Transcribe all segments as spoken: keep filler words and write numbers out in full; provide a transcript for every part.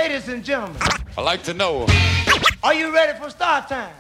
Ladies and gentlemen, I like to know. Are you ready for start time?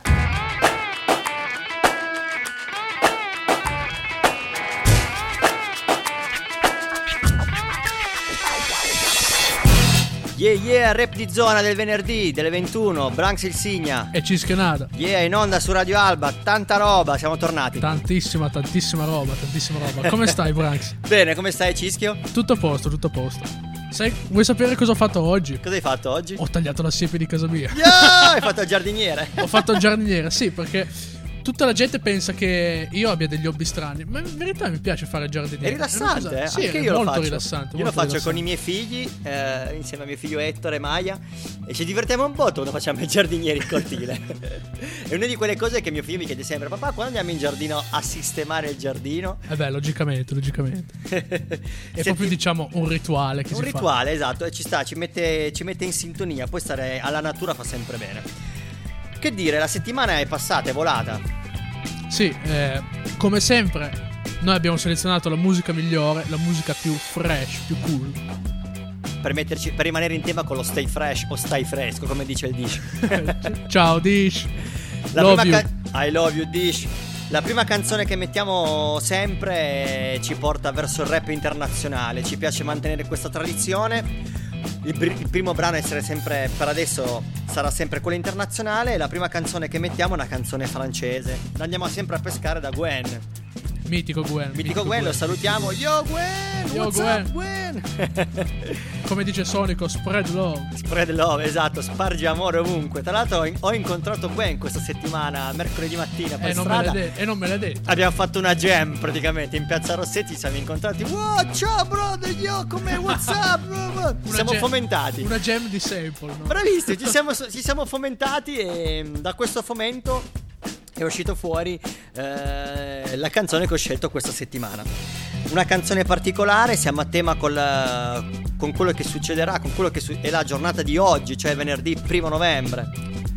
Yeah yeah, rap di zona del venerdì, delle ventuno, Branks il Signa e Cischionada. Yeah, in onda su Radio Alba, tanta roba, siamo tornati. Tantissima, tantissima roba, tantissima roba. Come stai, Branks? Bene, come stai, Cischio? Tutto a posto, tutto a posto. Sai, vuoi sapere cosa ho fatto oggi? Cosa hai fatto oggi? Ho tagliato la siepe di casa mia. Yeah, hai fatto il giardiniere. Ho fatto il giardiniere, sì, perché tutta la gente pensa che io abbia degli hobby strani, ma in verità mi piace fare il giardiniere. È rilassante, è eh? Sì, Anche è io molto lo faccio. rilassante. Io molto lo faccio rilassante. con i miei figli, eh, insieme a mio figlio Ettore e Maya, e ci divertiamo un po' quando facciamo il giardiniere in cortile. È una di quelle cose che mio figlio mi chiede sempre: papà, quando andiamo in giardino a sistemare il giardino? Eh beh, logicamente, logicamente. È Senti, proprio, diciamo, un rituale che un si rituale, esatto, e ci sta, ci mette, ci mette in sintonia. Poi stare alla natura fa sempre bene. Che dire, la settimana è passata, è volata. fa. Sì, eh, come sempre noi abbiamo selezionato la musica migliore, la musica più fresh, più cool. Per, metterci, per rimanere in tema con lo stay fresh o stai fresco, come dice il Dish. Ciao Dish. La Love prima you. ca- I love you, Dish. La prima canzone che mettiamo sempre ci porta verso il rap internazionale. Ci piace mantenere questa tradizione. Il, pr- il primo brano a essere sempre, per adesso, sarà sempre quello internazionale. E la prima canzone che mettiamo è una canzone francese. La andiamo sempre a pescare da Gwen. Mitico Gwen. Mitico Gwen, lo salutiamo. Yo Gwen, Yo, what's Gwen. up Gwen? Come dice Sonico, spread love. Spread love, esatto, spargi amore ovunque. Tra l'altro ho, in- ho incontrato Gwen questa settimana, mercoledì mattina per E non, me strada. l'ha de- e non me l'hai detto. Abbiamo fatto una jam praticamente in Piazza Rossetti, ci siamo incontrati. Wow, ciao brother, yo, com'è, what's up? Ci Una siamo jam- fomentati. Una jam di sample, no? Bravissimo, ci siamo, ci siamo fomentati e mm, da questo fomento è uscito fuori eh, la canzone che ho scelto questa settimana. Una canzone particolare, siamo a tema col, con quello che succederà, con quello che su- è la giornata di oggi, cioè venerdì primo novembre.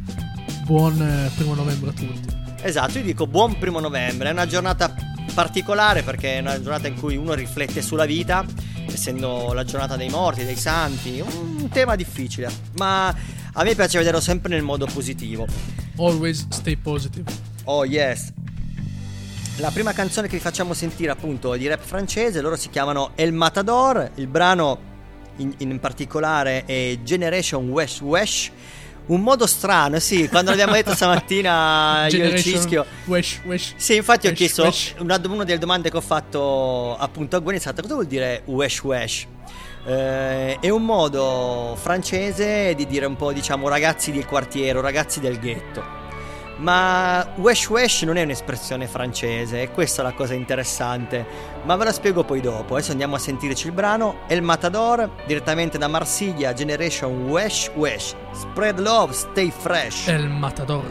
Buon eh, primo novembre a tutti. Esatto, io dico buon primo novembre, è una giornata particolare perché è una giornata in cui uno riflette sulla vita, essendo la giornata dei morti, dei santi, un tema difficile, ma a me piace vederlo sempre nel modo positivo. Always stay positive. Oh yes. La prima canzone che vi facciamo sentire appunto è di rap francese, loro si chiamano El Matador, il brano in, in particolare è Generation Wesh Wesh. Un modo strano, sì, quando l'abbiamo detto stamattina io e il Generation Cischio. Wesh, wesh. Sì, infatti ho Wesh, chiesto wesh. una, una delle domande che ho fatto appunto a Gwen è stata: cosa vuol dire wesh wesh? Eh, è un modo francese di dire un po', diciamo, ragazzi del quartiere o ragazzi del ghetto. Ma wesh wesh non è un'espressione francese, e questa è la cosa interessante, ma ve la spiego poi dopo. Adesso andiamo a sentirci il brano El Matador, direttamente da Marsiglia, Generation Wesh Wesh. Spread love, stay fresh. El Matador.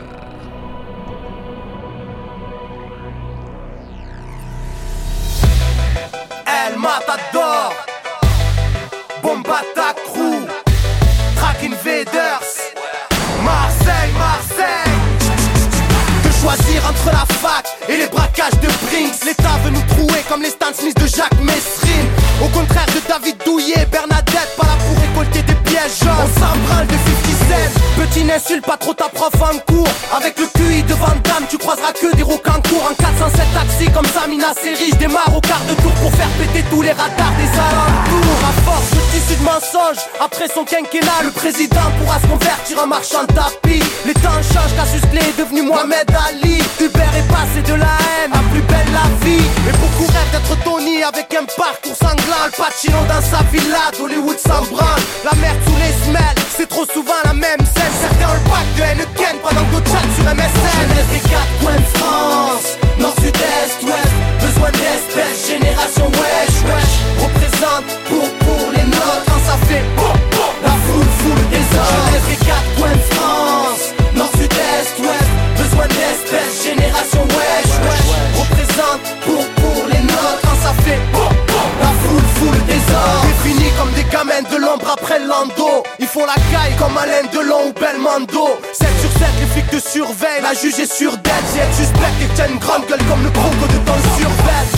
El Matador, Bombata Crew, Track Invaders, Marseille, Marseille. De choisir entre la fac et les braquages de Brinks. L'État veut nous trouer comme les Stan Smith de Jacques Messrine. Au contraire de David Douillet, Bernadette, pas là pour récolter des pièges jaunes. On s'embrunle de cinquante cents. Petit n'insulte pas trop ta prof en cours. Avec le Q I de Van Damme, tu croiseras que des rocancours. En quatre cent sept taxi comme Samina Seri, je démarre au quart de tour pour faire péter tous les radars des alentours. À force de tissus de mensonges, après son quinquennat, le président pourra se convertir en marchand de tapis. Les temps changent, Cassius Clay est devenu Mohamed Ali. Hubert est passé de la haine à plus belle la vie. Et beaucoup rêvent d'être Tony avec un parcours sanglant. Al Pacino dans sa villa d'Hollywood s'en branle. La merde sous les semelles, c'est trop souvent la même scène. Certains ont le pack de Heineken pendant que d'autres chattent sur M S N. Jeunesse des quatre coins de France, nord, sud, est, ouest. Besoin d'espèces, génération wesh, wesh. Représente pour, pour les nôtres. Quand ça fait boum, boum, la foule, foule des hommes. Jeunesse des quatre coins de France, nord, sud, est, ouest. Besoin d'espèces, génération wesh, wesh. Représente pour, pour les nôtres. Quand ça fait boum, boum, la foule, foule des hommes. Définis comme des gamins de l'ombre après le lando. Ils font la caille comme Alain Delon ou Belmondo. sept sur sept, les flics te surveillent. La juge est sur dette. Si elle suspecte et que t'as une grande gueule comme le croco de ton survêt. On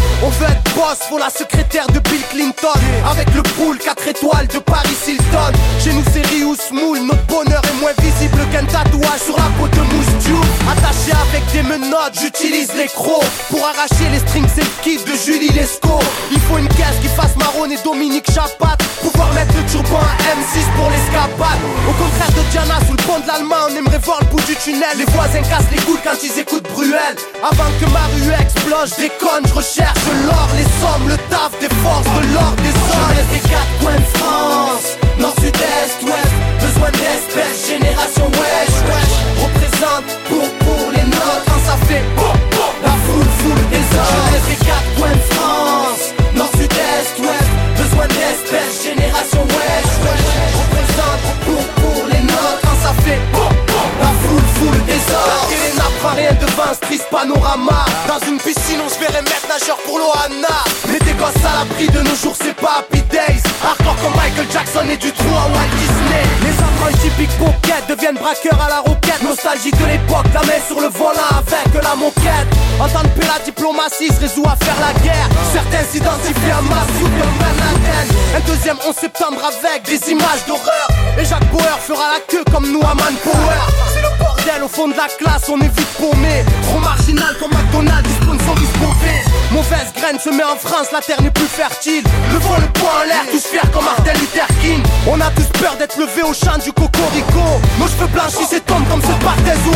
veut être boss, faut la secrétaire de Bill Clinton. Avec le pool quatre étoiles de Paris Hilton. Chez nous c'est Rius Moule, notre bonheur est moins visible qu'un tatouage sur la peau de Mousse Diouf. Attaché avec des menottes, j'utilise les crocs pour arracher les strings, c'est le kiff de Julie Lescaut. Il faut une caisse qui fasse Marron et Dominique Chapat, pouvoir mettre le turban à M six pour l'escapade. Au contraire de Diana, sous le pont de l'Allemagne, on aimerait voir le bout du tunnel. Les voisins cassent les couilles quand ils écoutent Bruel. Avant que ma rue explose, je déconne, je recherche l'or, les sommes, le taf des forces, de l'or des hommes. Les quatre coins de France, nord, sud, est, ouest, besoin d'espèces, génération wesh, wesh. Représente pour, pour les nôtres, quand ça fait oh, oh, la foule, foule des hommes. Les quatre coins de France, nord, sud, est, ouest, besoin d'espèces, génération wesh, wesh. Représente pour, pour les nôtres, quand ça fait oh, oh, la foule, foule des hommes. Et les n'apprend rien devant ce triste panorama. Dans une piscine on se verrait mettre nageur pour l'Ohana. Mais des gosses à l'abri de nos jours c'est pas Happy Days. Hardcore comme Michael Jackson et du trou à Walt Disney. Les apprentis pickpocket deviennent braqueurs à la roquette. Nostalgie de l'époque, la main sur le volant avec la moquette. Entendre la diplomatie se résout à faire la guerre. Certains s'identifient à masse sous le Manhattan. Un deuxième onze septembre avec des images d'horreur. Et Jacques Bauer fera la queue comme nous à Manpower. C'est le bordel au fond de la classe, on est vite paumé. Trop marginal comme McDonald's, il sponsorise Beauvais. Mauvaise graine se met en France, la terre n'est plus fertile. Levons le poing en l'air, tous fiers comme Martin Luther King. On a tous peur d'être levés au chant du cocorico. Nos cheveux blanchissent et tombent comme ceux de Barthez ou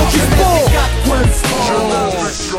Obispo.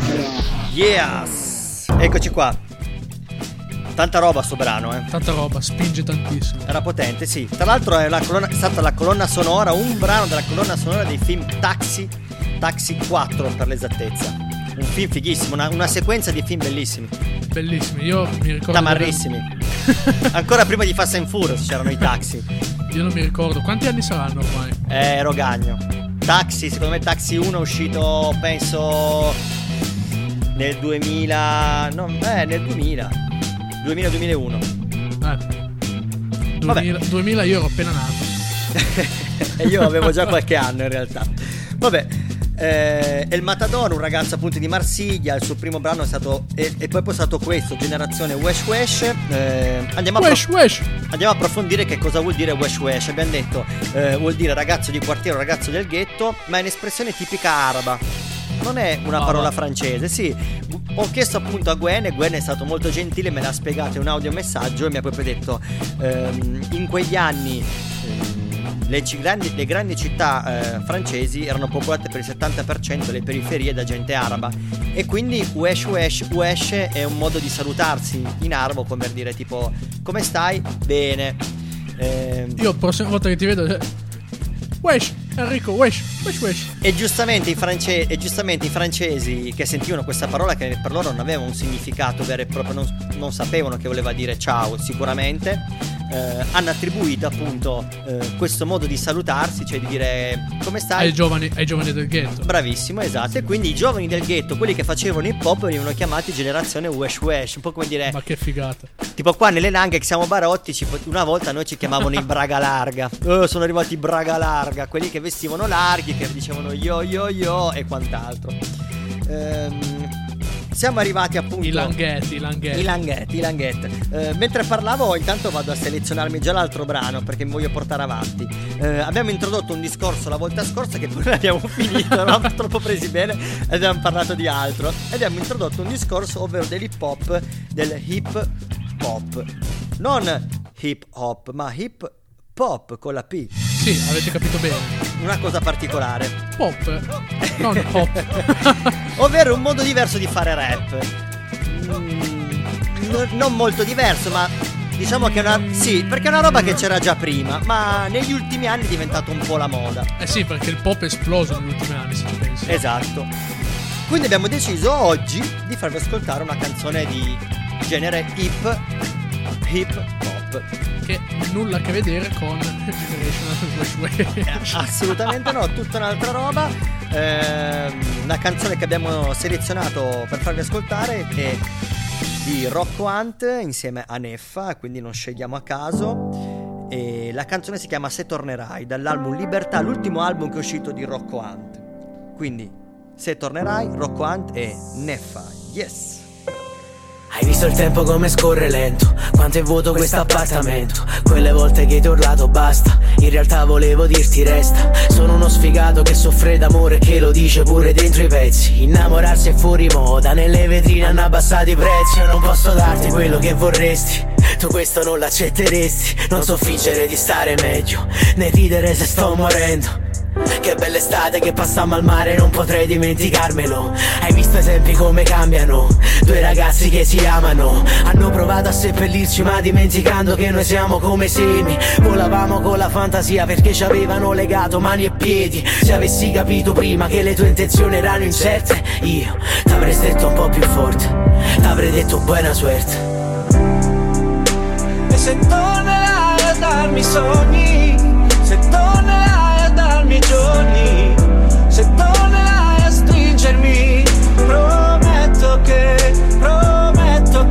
Yes! Eccoci qua. Tanta roba sto brano, eh. Tanta roba, spinge tantissimo. Era potente, sì. Tra l'altro è, la colonna, è stata la colonna sonora, un brano della colonna sonora dei film Taxi, Taxi quattro per l'esattezza. Un film fighissimo, una, una sequenza di film bellissimi. Bellissimi, io mi ricordo. Tamarrissimi. Ancora prima di Fast and Furious c'erano i Taxi. Io non mi ricordo, quanti anni saranno ormai? Eh, Rogagno. Taxi, secondo me Taxi uno è uscito, penso, nel duemila. No, eh, nel duemila. duemila duemilauno. Eh. duemila, duemila io ero appena nato. E io avevo già qualche anno in realtà. Vabbè. Eh, El Matador, un ragazzo appunto di Marsiglia, il suo primo brano è stato e, e poi è stato questo, Generazione Wesh Wesh. eh, andiamo, a wesh, prof- wesh. andiamo a approfondire che cosa vuol dire Wesh Wesh. Abbiamo detto eh, vuol dire ragazzo di quartiere, ragazzo del ghetto, ma è un'espressione tipica araba, non è una parola francese. Sì, ho chiesto appunto a Gwen e Gwen è stato molto gentile, me l'ha spiegato in un audiomessaggio e mi ha proprio detto ehm, in quegli anni ehm, Le, c- grandi, le grandi città eh, francesi erano popolate per il settanta per cento, le periferie, da gente araba, e quindi wesh wesh wesh è un modo di salutarsi in arabo, come per dire tipo come stai? Bene. eh, Io la prossima volta che ti vedo eh, wesh Enrico, wesh wesh wesh. e, giustamente i france- e giustamente i francesi che sentivano questa parola, che per loro non aveva un significato vero e proprio, non, non sapevano che voleva dire ciao sicuramente, Eh, hanno attribuito appunto eh, questo modo di salutarsi, cioè di dire come stai Ai giovani, ai giovani del ghetto. Bravissimo, esatto. E quindi i giovani del ghetto, quelli che facevano hip hop, venivano chiamati generazione wesh wesh, un po' come dire, Ma che figata. tipo qua nelle Langhe che siamo barotti, ci, una volta noi ci chiamavano i braga larga. Oh, sono arrivati i braga larga, quelli che vestivano larghi, che dicevano yo yo yo e quant'altro. ehm Siamo arrivati appunto I langhetti, i langhetti. I langhetti, i langhetti. Eh, mentre parlavo, intanto vado a selezionarmi già l'altro brano perché mi voglio portare avanti. Eh, abbiamo introdotto un discorso la volta scorsa che poi non abbiamo finito, eravamo troppo presi bene e abbiamo parlato di altro. E abbiamo introdotto un discorso, ovvero dell'hip hop, del hip hop. Non hip hop, ma hip pop con la P. Sì, avete capito bene. Una cosa particolare. Pop, non hop. Ovvero un modo diverso di fare rap. Mm, no- non molto diverso, ma diciamo che è una. Sì, perché è una roba che c'era già prima, ma negli ultimi anni è diventato un po' la moda. Eh sì, perché il pop è esploso negli ultimi anni, se ci pensi. Esatto. Quindi abbiamo deciso oggi di farvi ascoltare una canzone di genere hip hip hop. Che nulla a che vedere con Generational Wesh. Assolutamente no, tutta un'altra roba. Ehm, la canzone che abbiamo selezionato per farvi ascoltare è di Rocco Hunt insieme a Neffa, quindi non scegliamo a caso. E la canzone si chiama Se tornerai, dall'album Libertà, l'ultimo album che è uscito di Rocco Hunt. Quindi Se tornerai, Rocco Hunt e Neffa. Yes. Hai visto il tempo come scorre lento, quanto è vuoto questo appartamento. Quelle volte che ti ho urlato basta, in realtà volevo dirti resta. Sono uno sfigato che soffre d'amore, che lo dice pure dentro i pezzi. Innamorarsi è fuori moda, nelle vetrine hanno abbassato i prezzi. Io non posso darti quello che vorresti, tu questo non l'accetteresti. Non so fingere di stare meglio, né ridere se sto morendo. Che bella estate che passammo al mare, non potrei dimenticarmelo. Hai visto esempi come cambiano, due ragazzi che si amano. Hanno provato a seppellirci ma dimenticando che noi siamo come semi. Volavamo con la fantasia perché ci avevano legato mani e piedi. Se avessi capito prima che le tue intenzioni erano incerte, io t'avrei stretto un po' più forte, t'avrei detto buona suerte. E se tornerai a darmi sogni, se tornerai a darmi giorni, se tornerai a stringermi, prometto che, prometto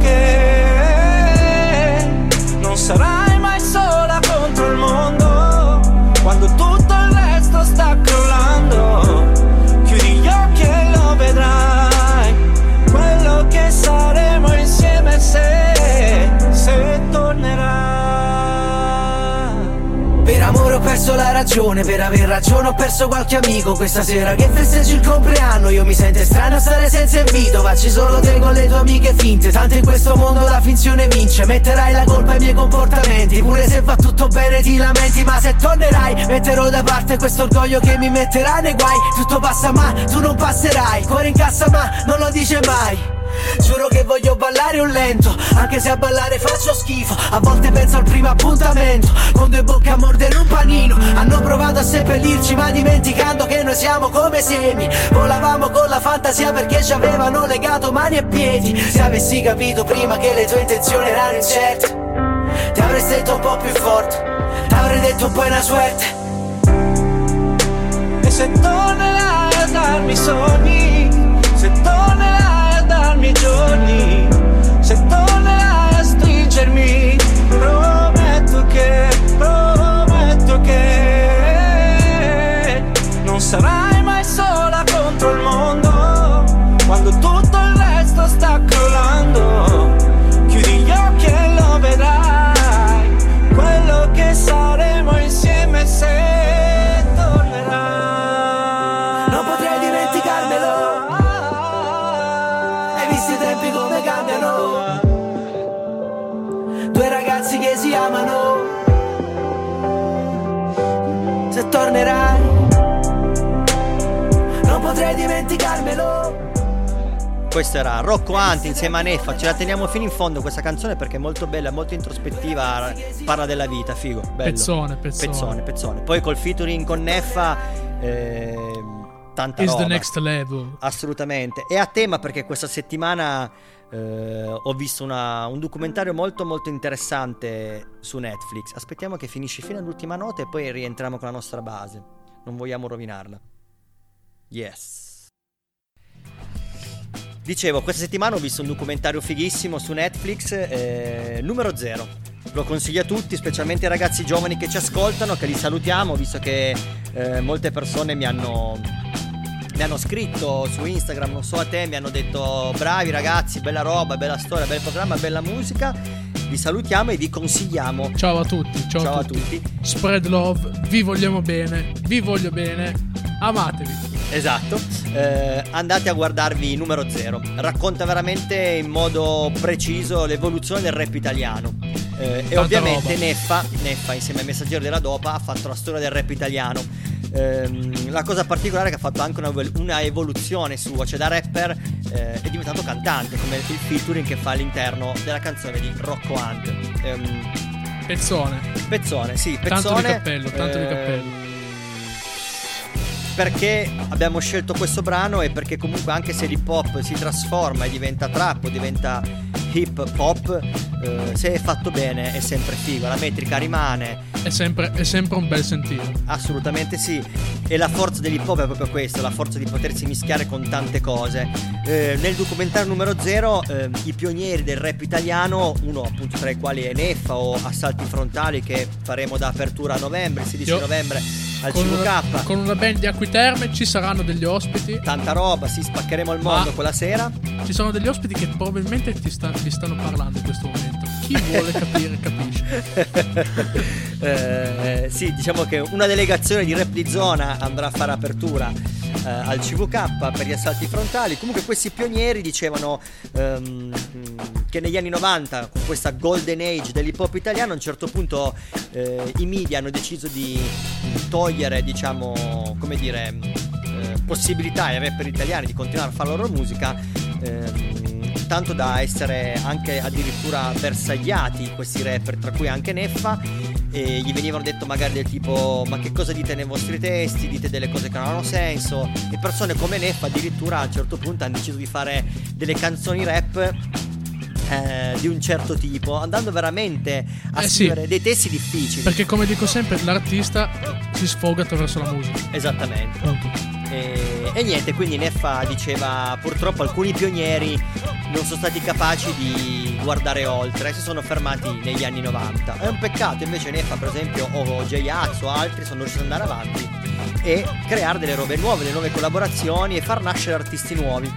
che non sarai mai sola contro il mondo, quando tutto il resto sta crollando. Chiudi gli occhi e lo vedrai, quello che saremo insieme se, se tornerai. Per amore ho perso la ragione, per aver ragione ho perso qualche amico. Questa sera che festeggi il compleanno io mi sento strano a stare senza invito. Facci solo te con le tue amiche finte, tanto in questo mondo la finzione vince. Metterai la colpa ai miei comportamenti, pure se va tutto bene ti lamenti. Ma se tornerai metterò da parte questo orgoglio che mi metterà nei guai. Tutto passa ma tu non passerai, cuore in cassa ma non lo dice mai. Giuro che voglio ballare un lento, anche se a ballare faccio schifo. A volte penso al primo appuntamento, con due bocche a mordere un panino. Hanno provato a seppellirci ma dimenticando che noi siamo come semi. Volavamo con la fantasia perché ci avevano legato mani e piedi. Se avessi capito prima che le tue intenzioni erano incerte, ti avrei stretto un po' più forte, t'avrei detto buona suerte. E se tornerai a darmi sogni, se tornerai darmi giorni, se tornerai a stringermi, prometto che, prometto che non sarai mai sola contro il mondo, quando tutto il resto sta crollando. Chiudi gli occhi e lo vedrai, quello che saremo insieme se tornerai. Non potrei dimenticarmelo, visti i tempi come cambiano, due ragazzi che si amano. Se tornerai non potrei dimenticarmelo. Questo era Rocco Hunt insieme a Neffa. Ce la teniamo fino in fondo questa canzone perché è molto bella, molto introspettiva, parla della vita, figo, bello. Pezzone, pezzone, pezzone, pezzone. Poi col featuring con Neffa eh, tanta Is roba. the next level. Assolutamente. E a tema perché questa settimana eh, ho visto una, un documentario molto molto interessante su Netflix. Aspettiamo che finisci fino all'ultima nota e poi rientriamo con la nostra base. Non vogliamo rovinarla. Yes. Dicevo, questa settimana ho visto un documentario fighissimo su Netflix, eh, numero zero. Lo consiglio a tutti, specialmente ai ragazzi giovani che ci ascoltano, che li salutiamo, visto che eh, molte persone mi hanno, mi hanno scritto su Instagram, non so a te, mi hanno detto bravi ragazzi, bella roba, bella storia, bel programma, bella musica. Vi salutiamo e vi consigliamo. Ciao a tutti, ciao, ciao a, tutti. a tutti. Spread love, vi vogliamo bene, vi voglio bene, amatevi. Esatto, eh, andate a guardarvi numero zero. Racconta veramente in modo preciso l'evoluzione del rap italiano. Eh, e ovviamente Neffa, Neffa insieme ai Messaggeri della Dopa ha fatto la storia del rap italiano. Eh, la cosa particolare è che ha fatto anche una, una evoluzione sua, cioè da rapper eh, è diventato cantante, come il featuring che fa all'interno della canzone di Rocco Hunt. Eh, pezzone. Pezzone, sì, pezzone. Tanto di cappello, tanto eh, di cappello. Perché abbiamo scelto questo brano e perché comunque anche se l'hip hop si trasforma e diventa trap o diventa hip hop, eh, se è fatto bene è sempre figo, la metrica rimane. È sempre, è sempre un bel sentire. Assolutamente sì. E la forza dell'hip hop è proprio questa, la forza di potersi mischiare con tante cose. Eh, nel documentario numero zero eh, i pionieri del rap italiano, uno appunto tra i quali è Neffa o Assalti Frontali, che faremo da apertura a novembre, il sedici Io. novembre al con C V K. una, con una band di Acquiterme. Ci saranno degli ospiti. Tanta roba, sì, spaccheremo il mondo Ma quella sera. Ci sono degli ospiti che probabilmente ti, sta, ti stanno parlando in questo momento. Chi vuole capire capisce. eh, sì, diciamo che una delegazione di Rap di Zona andrà a fare apertura eh, al C V K per gli assalti frontali. Comunque questi pionieri dicevano ehm, che negli anni novanta, con questa golden age dell'hip hop italiano, a un certo punto eh, i media hanno deciso di togliere, diciamo, come dire, eh, possibilità ai rapper italiani di continuare a fare la loro musica, ehm, tanto da essere anche addirittura bersagliati questi rapper, tra cui anche Neffa, e gli venivano detto magari del tipo: ma che cosa dite nei vostri testi, dite delle cose che non hanno senso. E persone come Neffa addirittura a un certo punto hanno deciso di fare delle canzoni rap Eh, di un certo tipo, andando veramente a eh scrivere sì, dei testi difficili. perché come dico sempre, l'artista si sfoga attraverso la musica. Esattamente. Punto. E, e niente, quindi Neffa diceva: purtroppo alcuni pionieri non sono stati capaci di guardare oltre, si sono fermati negli anni novanta. È un peccato, invece Neffa per esempio o J-Ax o altri sono riusciti ad andare avanti e creare delle robe nuove, delle nuove collaborazioni e far nascere artisti nuovi.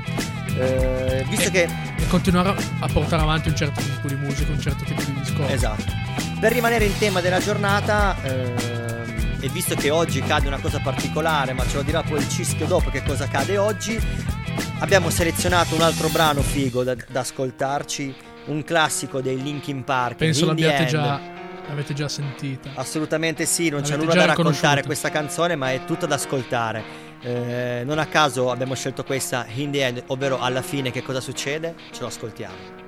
Eh, visto e, che e continuare a portare avanti un certo tipo di musica, un certo tipo di discorso. Esatto. Per rimanere in tema della giornata, ehm, e visto che oggi cade una cosa particolare, ma ce lo dirà poi il Cischio dopo che cosa cade oggi, abbiamo selezionato un altro brano figo da, da ascoltarci, un classico dei Linkin Park. Penso In the l'abbiate End. già avete già sentita. Assolutamente sì, non c'è L'avete nulla già da raccontare riconosciuta. questa canzone, ma è tutta da ascoltare. Eh, non a caso abbiamo scelto questa, In the End, ovvero alla fine che cosa succede? Ce lo ascoltiamo.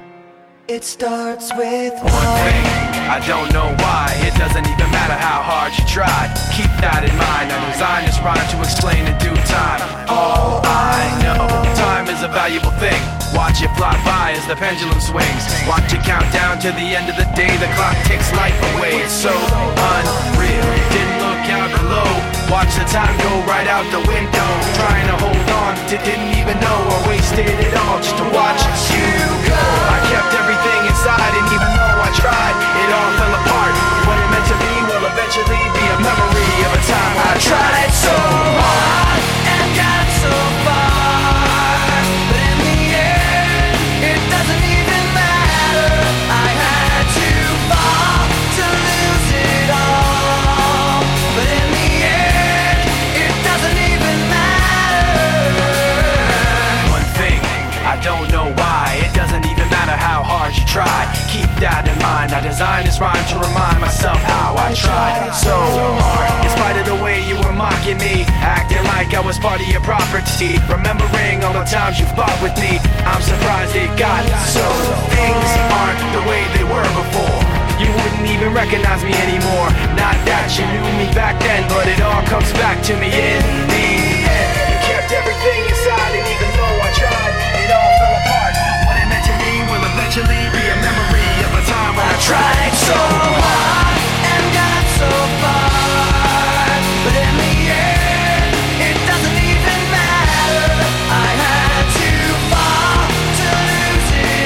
It starts with One thing, I don't know why. It doesn't even matter how hard you try. Keep that in mind. I designed this rhyme to explain in due time. All I know, time is a valuable thing. Watch it fly by as the pendulum swings. Watch it count down to the end of the day. The clock takes life away. It's so unreal. Didn't look out below. Watch the time go right out the window. Trying to hold on to didn't even know I wasted it all just to watch you go. I kept everything inside, and even though I tried, it all fell apart. What it meant to be will eventually be a memory of a time when I tried so hard and got so far, but in the end, it doesn't even matter. I had to fall to lose it all, but in the end, it doesn't even matter. One thing, I don't know why. It doesn't even matter how hard you try. Keep that in mind. I designed this rhyme to remind myself how I tried so hard. In spite of the way you were mocking me, acting like I was part of your property, remembering all the times you fought with me, I'm surprised it got so. Things aren't the way they were before. You wouldn't even recognize me anymore. Not that you knew me back then, but it all comes back to me in the end. You kept everything inside, and even though I tried, it all fell apart. What it meant to me will eventually be a memory of a time when I tried so hard and got so far, but in the end, it doesn't even matter. I had to fall to lose it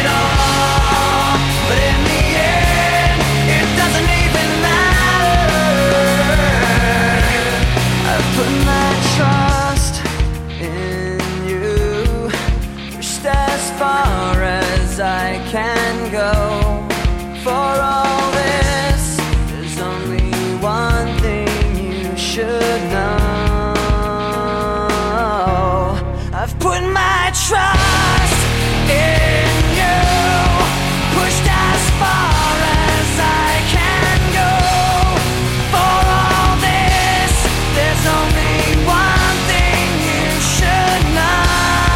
all, but in the end, it doesn't even matter. I've put my trust in you, pushed as far as I can go. For all this, there's only one thing you should know. I've put my trust in you, pushed as far as I can go. For all this, there's only one thing you should know.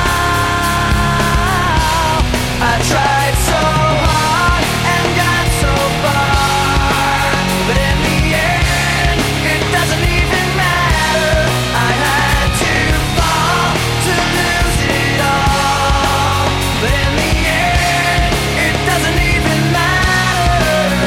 I tried so hard and got so far, but in the end, it doesn't even matter. I had to fall to lose it all, but in the end, it doesn't even matter.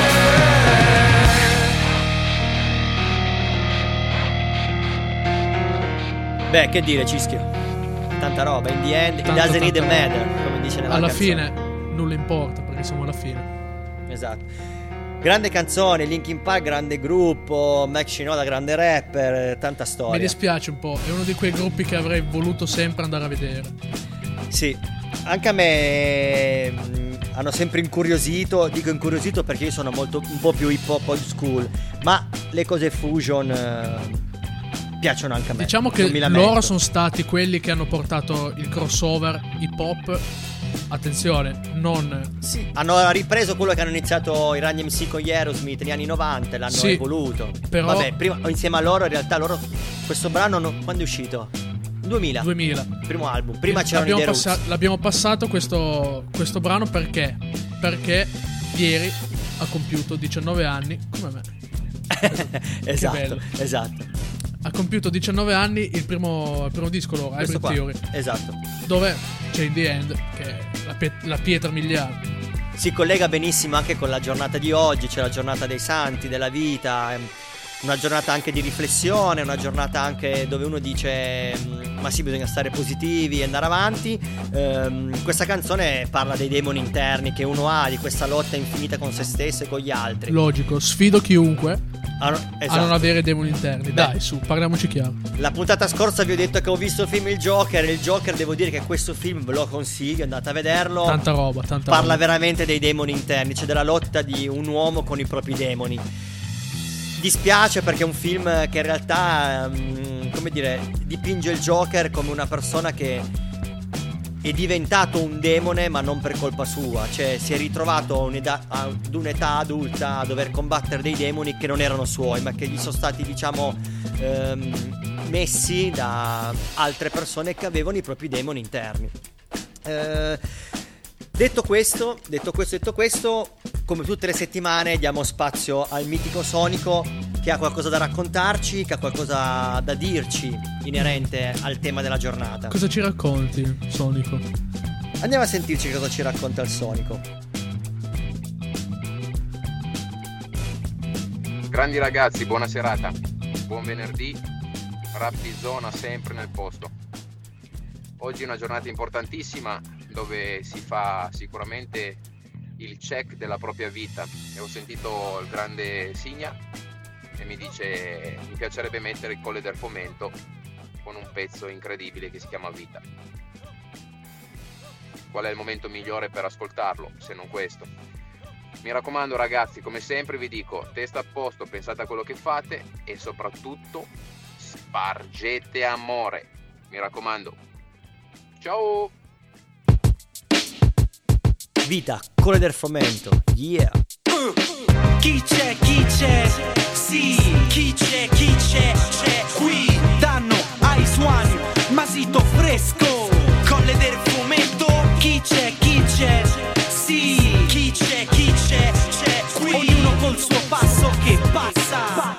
Beh, che dire, Cischio? Tanta roba, in the end, it Tanta, doesn't even tanta matter, come dice nella Alla canzone. fine nulla importa perché siamo alla fine. Esatto. Grande canzone, Linkin Park, grande gruppo, Mike Shinoda, grande rapper, tanta storia. Mi dispiace un po', è uno di quei gruppi che avrei voluto sempre andare a vedere. Sì, anche a me mh, hanno sempre incuriosito, dico incuriosito perché io sono molto un po' più hip hop old school, ma le cose fusion eh, piacciono anche a me. Diciamo che loro sono stati quelli che hanno portato il crossover hip hop. Attenzione, non sì, hanno ripreso quello che hanno iniziato i Run D M C con gli Aerosmith negli anni novanta, l'hanno sì, evoluto. Però vabbè, prima insieme a loro in realtà loro questo brano no, quando è uscito? duemila. duemila. Primo album. Prima e c'erano i The Roots. Passa- l'abbiamo passato questo questo brano perché? Perché ieri ha compiuto diciannove anni come me. Esatto, esatto. Ha compiuto diciannove anni il primo, il primo disco loro, Hybrid Theory. Esatto. Dove c'è In The End, che è la, pe- la pietra miliare. Si collega benissimo anche con la giornata di oggi, c'è la giornata dei santi, della vita, una giornata anche di riflessione, una giornata anche dove uno dice ma sì, bisogna stare positivi e andare avanti. Ehm, questa canzone parla dei demoni interni che uno ha, di questa lotta infinita con se stesso e con gli altri. Logico, sfido chiunque Ah, no, esatto. a non avere demoni interni. Beh, dai, su, parliamoci chiaro. La puntata scorsa vi ho detto che ho visto il film Il Joker. Il Joker, devo dire che questo film ve lo consiglio, andate a vederlo. Tanta roba, tanta Parla roba. veramente dei demoni interni, cioè della lotta di un uomo con i propri demoni. Dispiace perché è un film che in realtà, um, come dire, dipinge il Joker come una persona che è diventato un demone ma non per colpa sua, cioè si è ritrovato ad un'età adulta a dover combattere dei demoni che non erano suoi ma che gli sono stati, diciamo, ehm, messi da altre persone che avevano i propri demoni interni. Eh, detto questo, detto questo, detto questo, come tutte le settimane diamo spazio al mitico Sonico che ha qualcosa da raccontarci, che ha qualcosa da dirci inerente al tema della giornata. Cosa ci racconti, Sonico? Andiamo a sentirci cosa ci racconta il Sonico. Grandi ragazzi, buona serata, buon venerdì, Rappi Zona sempre nel posto. Oggi è una giornata importantissima dove si fa sicuramente il check della propria vita e ho sentito il grande Signa e mi dice mi piacerebbe mettere il Colle del Fomento con un pezzo incredibile che si chiama Vita. Qual è il momento migliore per ascoltarlo se non questo? Mi raccomando ragazzi, come sempre vi dico, testa a posto, pensate a quello che fate e soprattutto spargete amore, mi raccomando. Ciao! Vita, Colle del Fomento, yeah! Uh, chi c'è, chi c'è? Sì, chi c'è, chi c'è? C'è qui, danno ai suoni, masito fresco, Colle del Fomento. Chi c'è, chi c'è? Sì, chi c'è, chi c'è? C'è qui, ognuno col suo passo che passa.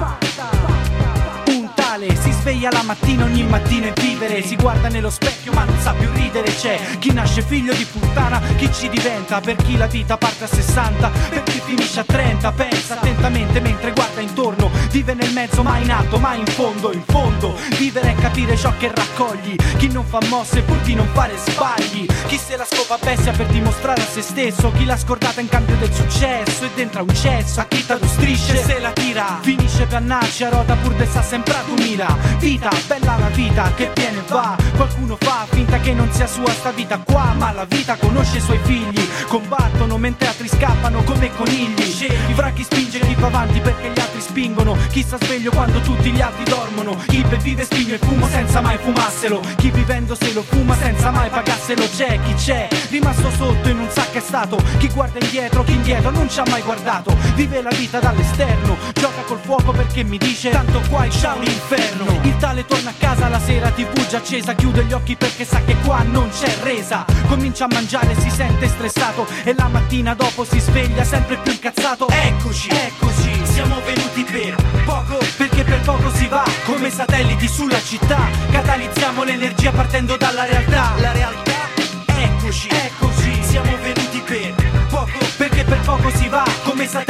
Un tale si sveglia la mattina, ogni mattina è vivere. Si guarda nello specchio ma non sa più ridere. C'è chi nasce figlio di puttana, chi ci diventa. Per chi la vita parte a sessanta, per chi finisce a trenta. Pensa attentamente mentre guarda intorno. Vive nel mezzo ma in alto, ma in fondo. In fondo vivere è capire ciò che raccogli. Chi non fa mosse pur di non fare sbagli. Chi se la scopa bestia per dimostrare a se stesso. Chi l'ha scordata in cambio del successo. E dentro un cesso a chi tu strisce se la tira. Finisce per annarci a rota pur de sa sempre a duemila. Vita, bella la vita che viene e va. Qualcuno fa finta che non sia sua sta vita qua, ma la vita conosce i suoi figli. Combattono mentre altri scappano come conigli. Scegli fra chi spinge e chi va avanti perché gli altri spingono. Chi sta sveglio quando tutti gli altri dormono. Chi vive spinge il fumo senza mai fumasselo. Chi vivendo se lo fuma senza mai pagasselo. C'è chi c'è, rimasto sotto e non sa che è stato. Chi guarda indietro, chi indietro non ci ha mai guardato. Vive la vita dall'esterno, gioca col fuoco perché mi dice tanto qua c'è un inferno. Il tale torna a casa la sera, tivù già accesa. Chiude gli occhi perché sa che qua non c'è resa. Comincia a mangiare, si sente stressato e la mattina dopo si sveglia sempre più incazzato. Eccoci, eccoci, siamo venuti per poco, perché per poco si va come satelliti sulla città. Catalizziamo l'energia partendo dalla realtà. La realtà, eccoci, eccoci, siamo venuti per poco, perché per poco si va come satelliti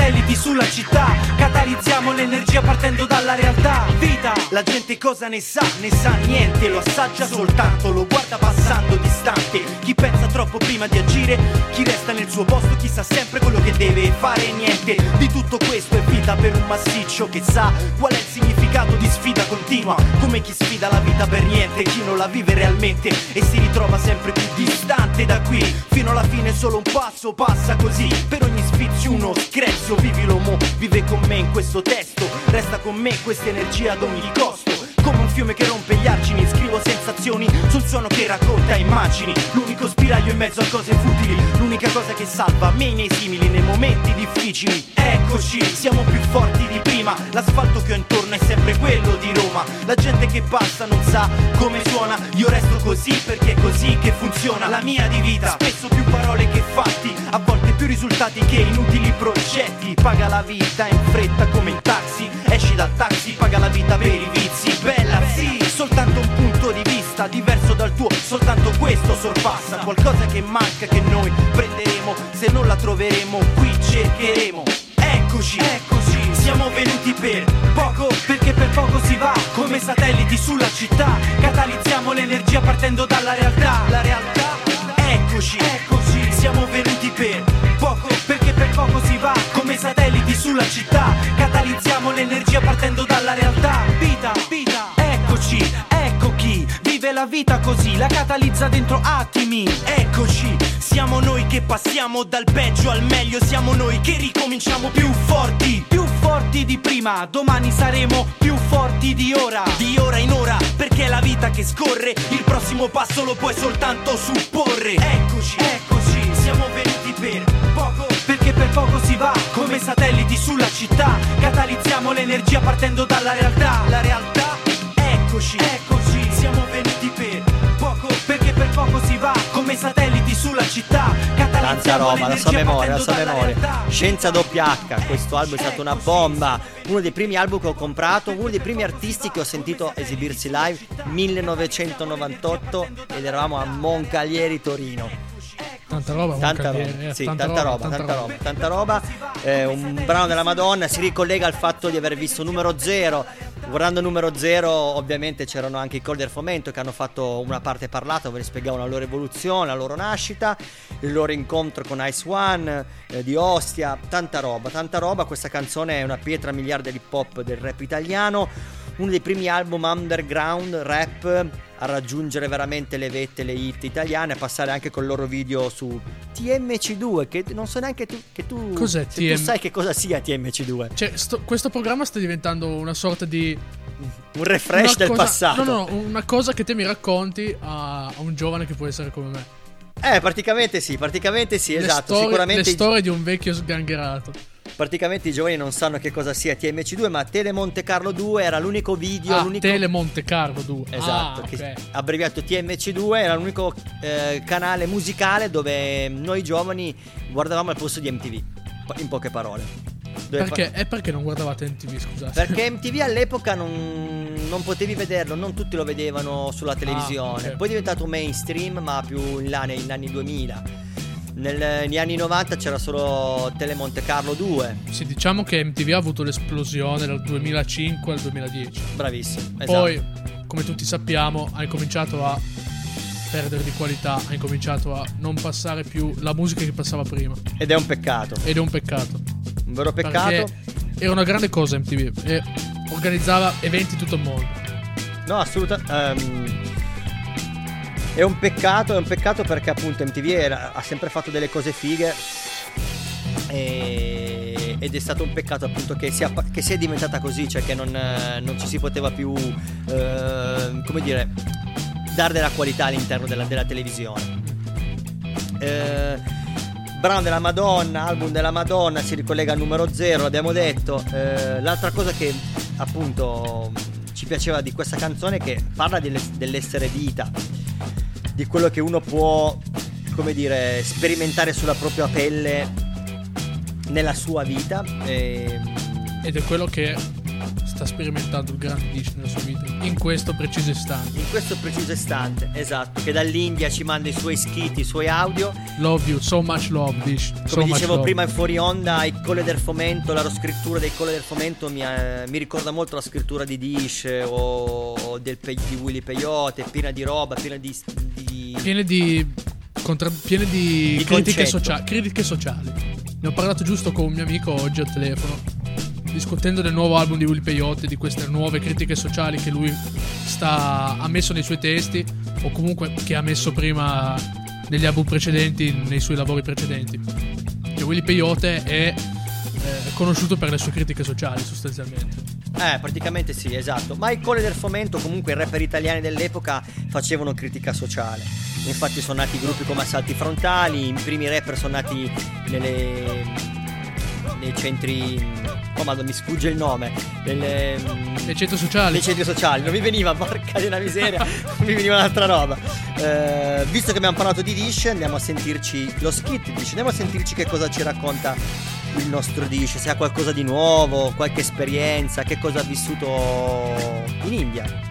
sulla città, catalizziamo l'energia partendo dalla realtà. Vita, la gente cosa ne sa? Ne sa niente, lo assaggia soltanto, lo guarda passando distante. Chi pensa troppo prima di agire, chi resta nel suo posto, chi sa sempre quello che deve fare niente. Di tutto questo è vita per un massiccio che sa qual è il significato di sfida continua, come chi sfida la vita per niente, chi non la vive realmente e si ritrova sempre più distante da qui. Fino alla fine solo un passo passa così, per ogni sfizio uno screzzo. Vivilo mo, vive con me in questo testo, resta con me questa energia ad ogni costo. Come un fiume che rompe gli argini, scrivo sensazioni sul suono che racconta immagini. L'unico spiraglio in mezzo a cose futili, l'unica cosa che salva me e i miei simili nei momenti difficili. Eccoci, siamo più forti di prima, l'asfalto che ho intorno è sempre quello di Roma. La gente che passa non sa come suona, io resto così perché è così che funziona la mia di vita. Spesso più parole che fatti, a volte più risultati che inutili progetti. Paga la vita in fretta come in taxi, esci dal taxi, paga la vita per i vizi. Bella sì, soltanto un punto di vista diverso dal tuo, soltanto questo sorpassa qualcosa che manca, che noi prenderemo, se non la troveremo qui cercheremo. Eccoci, eccoci, siamo venuti per poco, perché per poco si va, come satelliti sulla città, catalizziamo l'energia partendo dalla realtà, la realtà. Eccoci, eccoci, siamo venuti per poco, perché per poco si va, come satelliti sulla città, catalizziamo l'energia partendo dalla realtà. Vita, vita, eccoci, ecco chi vive la vita così, la catalizza dentro attimi. Eccoci, siamo noi che passiamo dal peggio al meglio, siamo noi che ricominciamo più forti, più forti di prima, domani saremo più forti di ora, di ora in ora, perché è la vita che scorre, il prossimo passo lo puoi soltanto supporre. Eccoci, eccoci, siamo venuti per poco, perché per poco si va, come satelliti sulla città, catalizziamo l'energia partendo dalla realtà, la realtà. Eccoci, eccoci, siamo venuti per poco, perché per poco si va, come satelliti sulla città, tanta roba, la sua memoria, la sua memoria. Scienza doppia H, questo album è stato una bomba, uno dei primi album che ho comprato, uno dei primi artisti che ho sentito esibirsi live, millenovecentonovantotto, ed eravamo a Moncalieri, Torino. Tanta roba, tanta roba, eh, sì, tanta, tanta roba, roba, tanta tanta roba, roba, tanta roba. Eh, un brano della Madonna, si ricollega al fatto di aver visto Numero Zero. Guardando Numero Zero, ovviamente c'erano anche i Col del Fomento che hanno fatto una parte parlata dove spiegavano la loro evoluzione, la loro nascita, il loro incontro con Ice One, eh, di Ostia, tanta roba, tanta roba. Questa canzone è una pietra miliare dell'hip hop, del rap italiano, uno dei primi album underground rap a raggiungere veramente le vette, le hit italiane, a passare anche col loro video su T M C due, che non so neanche tu, che tu, cos'è se T M... tu sai che cosa sia T M C due. Cioè, sto, questo programma sta diventando una sorta di un refresh del cosa, passato. No, no, una cosa che te mi racconti a, a un giovane che può essere come me. Eh, praticamente sì, praticamente sì, le esatto. Storie, Sicuramente le storie di un vecchio sgangherato. Praticamente i giovani non sanno che cosa sia T M C due, ma Tele Monte Carlo due era l'unico video, ah, l'unico... Tele Monte Carlo due. Esatto, ah, che okay. abbreviato T M C due, era l'unico eh, canale musicale dove noi giovani guardavamo al posto di M T V, in poche parole. Dove Perché? fa... E perché non guardavate M T V, scusate? Perché M T V all'epoca non, non potevi vederlo, non tutti lo vedevano sulla televisione. Ah, okay. Poi è diventato mainstream, ma più in là negli anni duemila. Nel, negli anni novanta c'era solo Tele Monte Carlo due. Sì, diciamo che M T V ha avuto l'esplosione dal duemilacinque al duemiladieci. Bravissimo, esatto. Poi, come tutti sappiamo, ha incominciato a perdere di qualità, ha incominciato a non passare più la musica che passava prima. Ed è un peccato. Ed è un peccato. Un vero peccato. Perché era una grande cosa M T V e organizzava eventi in tutto il mondo. No, assolutamente. Um, è un peccato, è un peccato perché appunto M T V era, ha sempre fatto delle cose fighe e, ed è stato un peccato appunto che sia, che sia diventata così, cioè che non, non ci si poteva più, eh, come dire, dare della qualità all'interno della, della televisione. Eh, brano della Madonna, album della Madonna, si ricollega al Numero Zero, l'abbiamo detto. Eh, l'altra cosa che appunto ci piaceva di questa canzone è che parla dell'essere vita, di quello che uno può, come dire, sperimentare sulla propria pelle nella sua vita e... ed è quello che sta sperimentando il grande Dish nella sua vita in questo preciso istante. In questo preciso istante, esatto, che dall'India ci manda i suoi skit, i suoi audio. Love you, so much love Dish. Come so dicevo much prima love. in fuori onda, i Colle del Fomento, la scrittura dei Colle del Fomento mi, eh, mi ricorda molto la scrittura di Dish o, o del, di Willy Peyote, piena di roba, piena di... di... Piene di... Contra... piene di, di critiche, socia- critiche sociali. Ne ho parlato giusto con un mio amico oggi al telefono, discutendo del nuovo album di Willy Peyote, di queste nuove critiche sociali che lui sta ha messo nei suoi testi, o comunque che ha messo prima negli album precedenti, nei suoi lavori precedenti. Che Willy Peyote è eh, conosciuto per le sue critiche sociali, sostanzialmente. Eh, praticamente sì, esatto. Ma i Colle del Fomento, comunque i rapper italiani dell'epoca, facevano critica sociale. Infatti sono nati gruppi come Assalti Frontali, i primi rapper sono nati nelle, nei centri... oh ma non mi sfugge il nome, nelle, nei centri sociali. Nei centri sociali, non mi veniva, porca di una miseria, non mi veniva un'altra roba. Eh, visto che abbiamo parlato di Dish, andiamo a sentirci lo skit Dish, andiamo a sentirci che cosa ci racconta il nostro Dish, se ha qualcosa di nuovo, qualche esperienza, che cosa ha vissuto in India.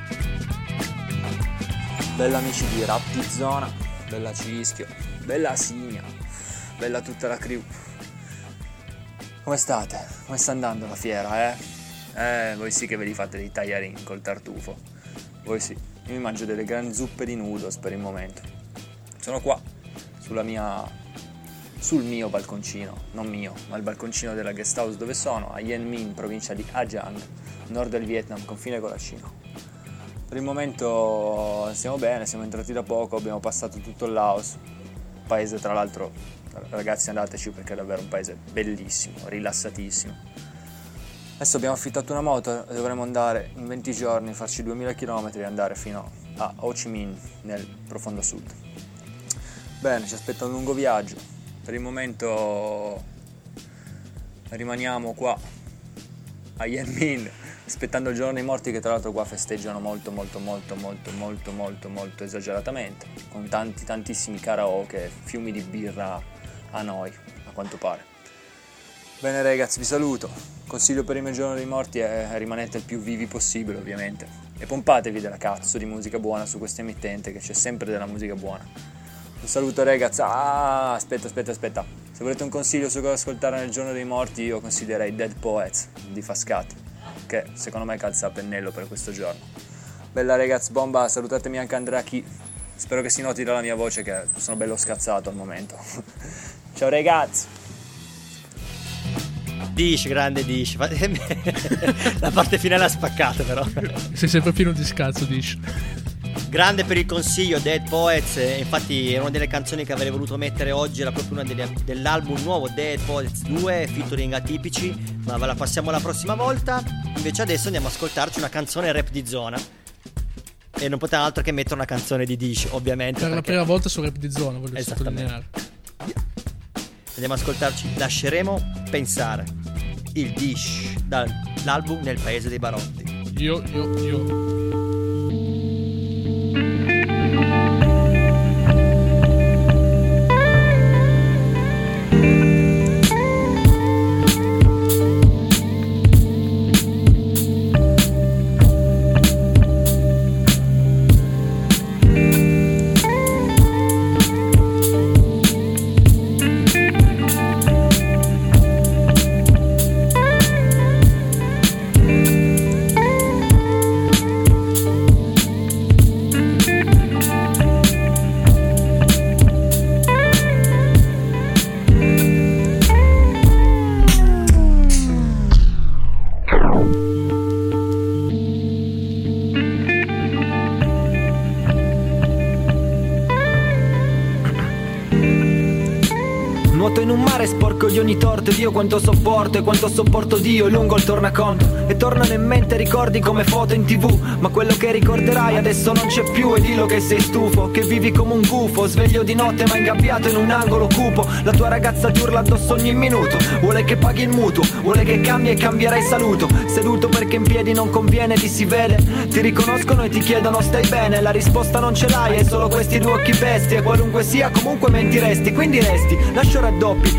Bella amici di Rap di Zona, bella Cischio, bella Signa, bella tutta la crew. Come state? Come sta andando la fiera, eh? Eh, voi sì che ve li fate dei tagliarini col tartufo. Voi sì, io mi mangio delle gran zuppe di noodles per il momento. Sono qua, sulla mia... sul mio balconcino, non mio, ma il balconcino della guest house dove sono, a Yen Minh, provincia di Ha Giang, nord del Vietnam, confine con la Cina. Per il momento stiamo bene, siamo entrati da poco, abbiamo passato tutto il Laos, paese tra l'altro, ragazzi andateci perché è davvero un paese bellissimo, rilassatissimo. Adesso abbiamo affittato una moto e dovremo andare in venti giorni, farci duemila chilometri e andare fino a Ho Chi Minh nel profondo sud. Bene, ci aspetta un lungo viaggio, per il momento rimaniamo qua a Yen Minh aspettando il giorno dei morti, che tra l'altro qua festeggiano molto molto molto molto molto molto molto esageratamente, con tanti tantissimi karaoke, fiumi di birra a noi, a quanto pare. Bene ragazzi, vi saluto, consiglio per il mio giorno dei morti è rimanete il più vivi possibile ovviamente e pompatevi della cazzo di musica buona su questa emittente, che c'è sempre della musica buona. Un saluto ragazzi. Ah, aspetta aspetta aspetta se volete un consiglio su cosa ascoltare nel giorno dei morti, io consiglierei Dead Poets di Fascat, che secondo me calza a pennello per questo giorno. Bella ragazzi, bomba, salutatemi anche Andrea Chi, spero che si noti dalla mia voce che sono bello scazzato al momento. Ciao ragazzi. Dish, grande Dish. La parte finale ha spaccato però. Sei sempre pieno di scazzo Dish. Grande per il consiglio, Dead Poets. Infatti era una delle canzoni che avrei voluto mettere oggi, era proprio una delle, dell'album nuovo Dead Poets due, featuring Atipici, ma ve la passiamo la prossima volta. Invece adesso andiamo a ascoltarci una canzone rap di zona, e non poteva altro che mettere una canzone di Dish, ovviamente, per perché... la prima volta su Rap di Zona, voglio sottolineare. Andiamo a ascoltarci Lasceremo pensare, il Dish dall'album Nel paese dei barotti. Io, io, io in un mare sporco di ogni torto, ed io quanto sopporto e quanto sopporto Dio lungo il tornaconto, e tornano in mente ricordi come foto in tv, ma quello che ricorderai adesso non c'è più, e dillo che sei stufo, che vivi come un gufo, sveglio di notte ma ingabbiato in un angolo cupo, la tua ragazza ti urla addosso ogni minuto, vuole che paghi il mutuo, vuole che cambi e cambierai saluto, seduto perché in piedi non conviene, ti si vede, ti riconoscono e ti chiedono stai bene, la risposta non ce l'hai, hai solo questi due occhi pesti, e qualunque sia comunque mentiresti, quindi resti, lascio raddoppi, affronti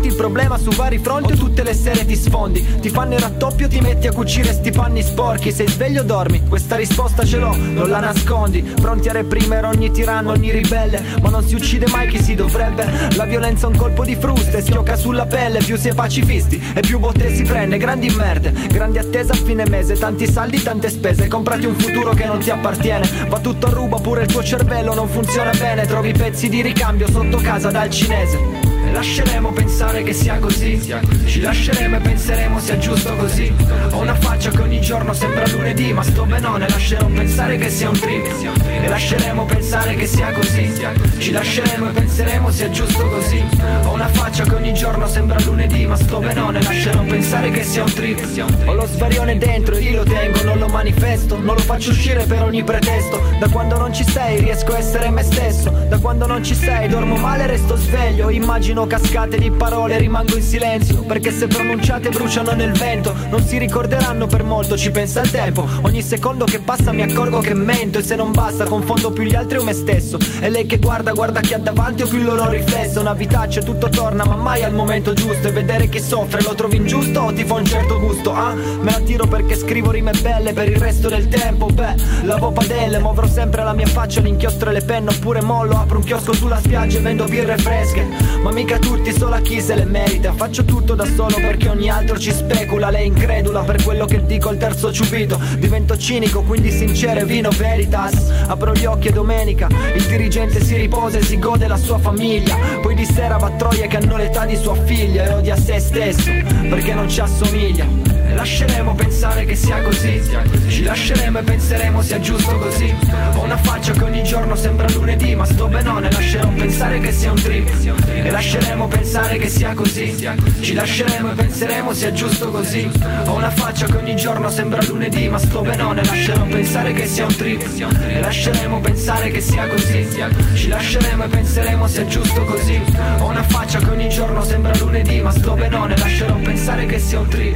il problema su vari fronti o tutte le sere ti sfondi? Ti fanno il raddoppio, ti metti a cucire sti panni sporchi. Sei sveglio o dormi? Questa risposta ce l'ho, non la nascondi. Pronti a reprimere ogni tiranno, ogni ribelle, ma non si uccide mai chi si dovrebbe. La violenza è un colpo di frusta e schiocca sulla pelle. Più si è pacifisti e più botte si prende. Grandi merde, grandi attese a fine mese. Tanti saldi, tante spese. Comprati un futuro che non ti appartiene. Va tutto a ruba, pure il tuo cervello non funziona bene. Trovi pezzi di ricambio sotto casa dal cinese. E lasceremo pensare che sia così. Ci lasceremo e penseremo sia giusto così. Ho una faccia che ogni giorno sembra lunedì, ma sto benone, lascerò pensare che sia un trip. E lasceremo pensare che sia così. Ci lasceremo e penseremo sia giusto così. Ho una faccia che ogni giorno sembra lunedì, ma sto benone, lascerò pensare che sia un trip. Ho lo svarione dentro e lì lo tengo, non lo manifesto, non lo faccio uscire per ogni pretesto. Da quando non ci sei riesco a essere me stesso. Da quando non ci sei dormo male, resto sveglio. Immagino cascate di parole, rimango in silenzio, perché se pronunciate bruciano nel vento. Non si ricorderanno per molto, ci pensa il tempo. Ogni secondo che passa mi accorgo che mento. E se non basta confondo più gli altri o me stesso. E lei che guarda, guarda chi ha davanti o più il loro riflesso. Una vitaccia, tutto torna ma mai al momento giusto. E vedere chi soffre lo trovi ingiusto o ti fa un certo gusto? Ah, me la tiro perché scrivo rime belle per il resto del tempo. Beh, lavo padelle, muovrò sempre la mia faccia, l'inchiostro e le penne. Oppure mollo, apro un chiosco sulla spiaggia e vendo birre fresche. Ma mica tutti, solo a chi se le merita. Faccio tutto da solo perché ogni altro ci specula. Lei incredula per quello che dico il terzo ciupito. Divento cinico, quindi sincero e vino veritas. Apro gli occhi e domenica il dirigente si riposa e si gode la sua famiglia. Poi di sera va a troie che hanno l'età di sua figlia. E odia se stesso perché non ci assomiglia. E lasceremo pensare che sia così. Ci lasceremo e penseremo sia giusto così. Ho una faccia che ogni giorno sembra lunedì, ma sto benone, lascerò pensare che sia un trip. E lasceremo pensare che sia così. Ci lasceremo e penseremo sia giusto così. Ho una faccia che ogni giorno sembra lunedì, ma sto benone, lascerò pensare che sia un trip. E lasceremo pensare che sia così. Ci lasceremo e penseremo sia giusto così. Ho una faccia che ogni giorno sembra lunedì, ma sto benone, lascerò pensare che sia un trip.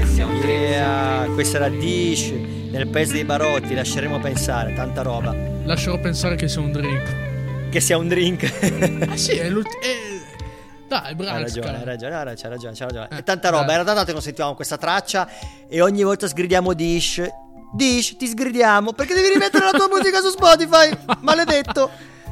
Yeah, questa era Dish nel paese dei Barotti. Lasceremo pensare, tanta roba. Lascerò pensare che sia un drink. Che sia un drink. Ah sì, è l'ultimo. Dai, bravo. Hai ragione, hai ragione, hai ragione, c'ha ragione, c'ha ragione. Eh, È tanta roba, eh. era tanto che non sentivamo questa traccia e ogni volta sgridiamo Dish. Dish, ti sgridiamo perché devi rimettere la tua musica su Spotify. Maledetto.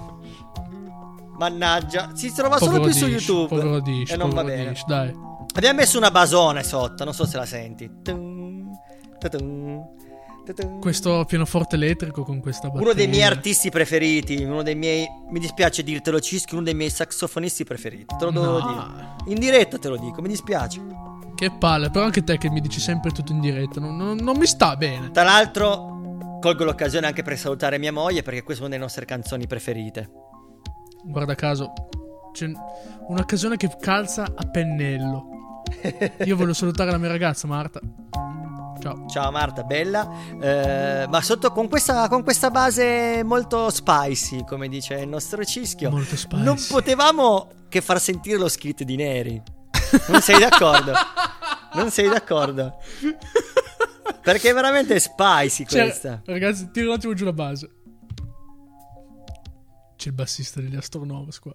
Mannaggia, si trova Povero solo più su Dish, YouTube. povero Dish, e non va povero bene. Dish, dai. Abbiamo messo una basone sotto, non so se la senti. Tum, tatum, tatum. Questo pianoforte elettrico con questa batteria. Uno dei miei artisti preferiti, uno dei miei, mi dispiace dirtelo Cischi, uno dei miei saxofonisti preferiti. Te lo devo No. dire. In diretta te lo dico, mi dispiace. Che palle, però anche te che mi dici sempre tutto in diretta, non, non- non mi sta bene. Tra l'altro colgo l'occasione anche per salutare mia moglie perché questa è una delle nostre canzoni preferite. Guarda caso, c'è un'occasione che calza a pennello. Io voglio salutare la mia ragazza Marta. Ciao. Ciao Marta, bella. Eh, ma sotto con questa, con questa base molto spicy, come dice il nostro Cischio, Molto spicy. non potevamo che far sentire lo skit di Neri. Non sei d'accordo? Non sei d'accordo? Perché è veramente spicy questa. Cioè, ragazzi, tiro un attimo giù la base. C'è il bassista degli Astronovas qua.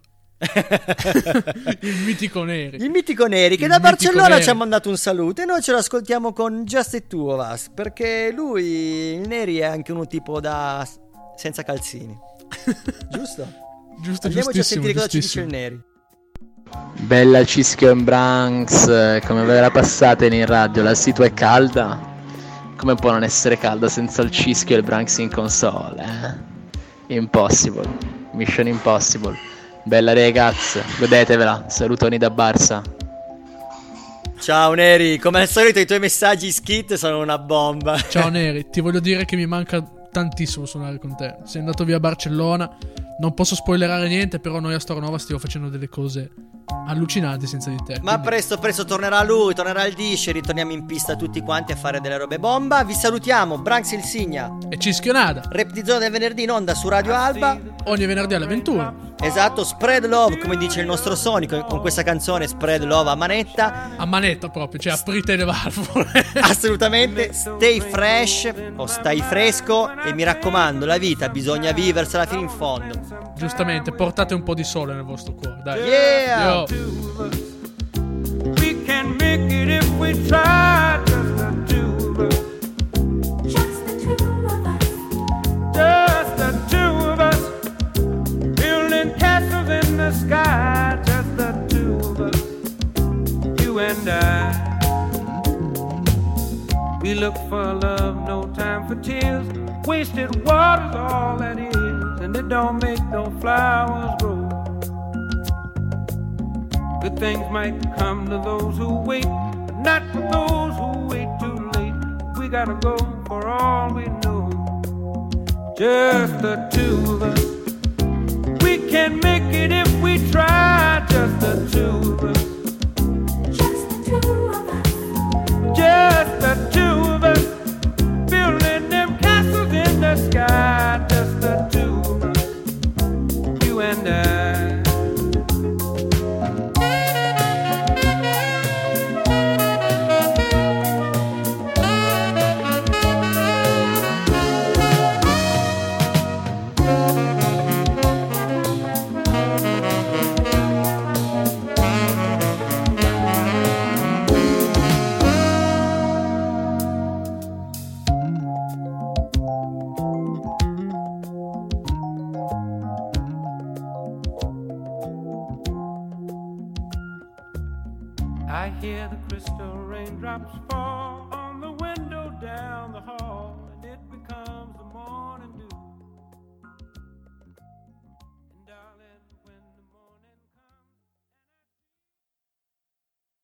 Il mitico Neri. Il mitico Neri che Il da mitico Barcellona Neri. ci ha mandato un saluto e noi ce lo ascoltiamo con Just the Two of Us, perché lui, il Neri, è anche uno tipo da senza calzini. Giusto? Giusto, Andiamoci a giustissimo, sentire cosa ci dice giustissimo. il Neri. Bella Cischio in Branks, come ve la passate in radio? La situa è calda? Come può non essere calda senza il Cischio e il Branks in console, eh? Impossible, Mission Impossible. Bella ragazze, godetevela, salutoni da Barça. Ciao Neri, come al solito i tuoi messaggi skit sono una bomba. Ciao Neri, ti voglio dire che mi manca tantissimo suonare con te. Sei andato via a Barcellona, non posso spoilerare niente, però noi a Stornova stiamo facendo delle cose allucinanti senza di te. Ma Quindi- presto presto tornerà lui, tornerà il Dish e ritorniamo in pista tutti quanti a fare delle robe bomba. Vi salutiamo, Branks il Signa E Cischionada, Rap di Zona del venerdì in onda su Radio Alba. ogni venerdì alle ventuno. Esatto, spread love come dice il nostro Sonico con questa canzone, spread love a manetta. A manetta proprio, cioè aprite le valvole. Assolutamente, stay fresh o stai fresco e mi raccomando, la vita bisogna viversela fino in fondo. Giustamente, portate un po' di sole nel vostro cuore, dai. Yeah! Yo. We look for love, no time for tears. Wasted water's all that is, and it don't make no flowers grow. Good things might come to those who wait, but not for those who wait too late. We gotta go for all we know. Just the two of us. We can make it if we try. Just the two of us. Just the two of us. Just the two of us. Building them castles in the sky. Just the two of us. You and I. I hear the crystal raindrops fall.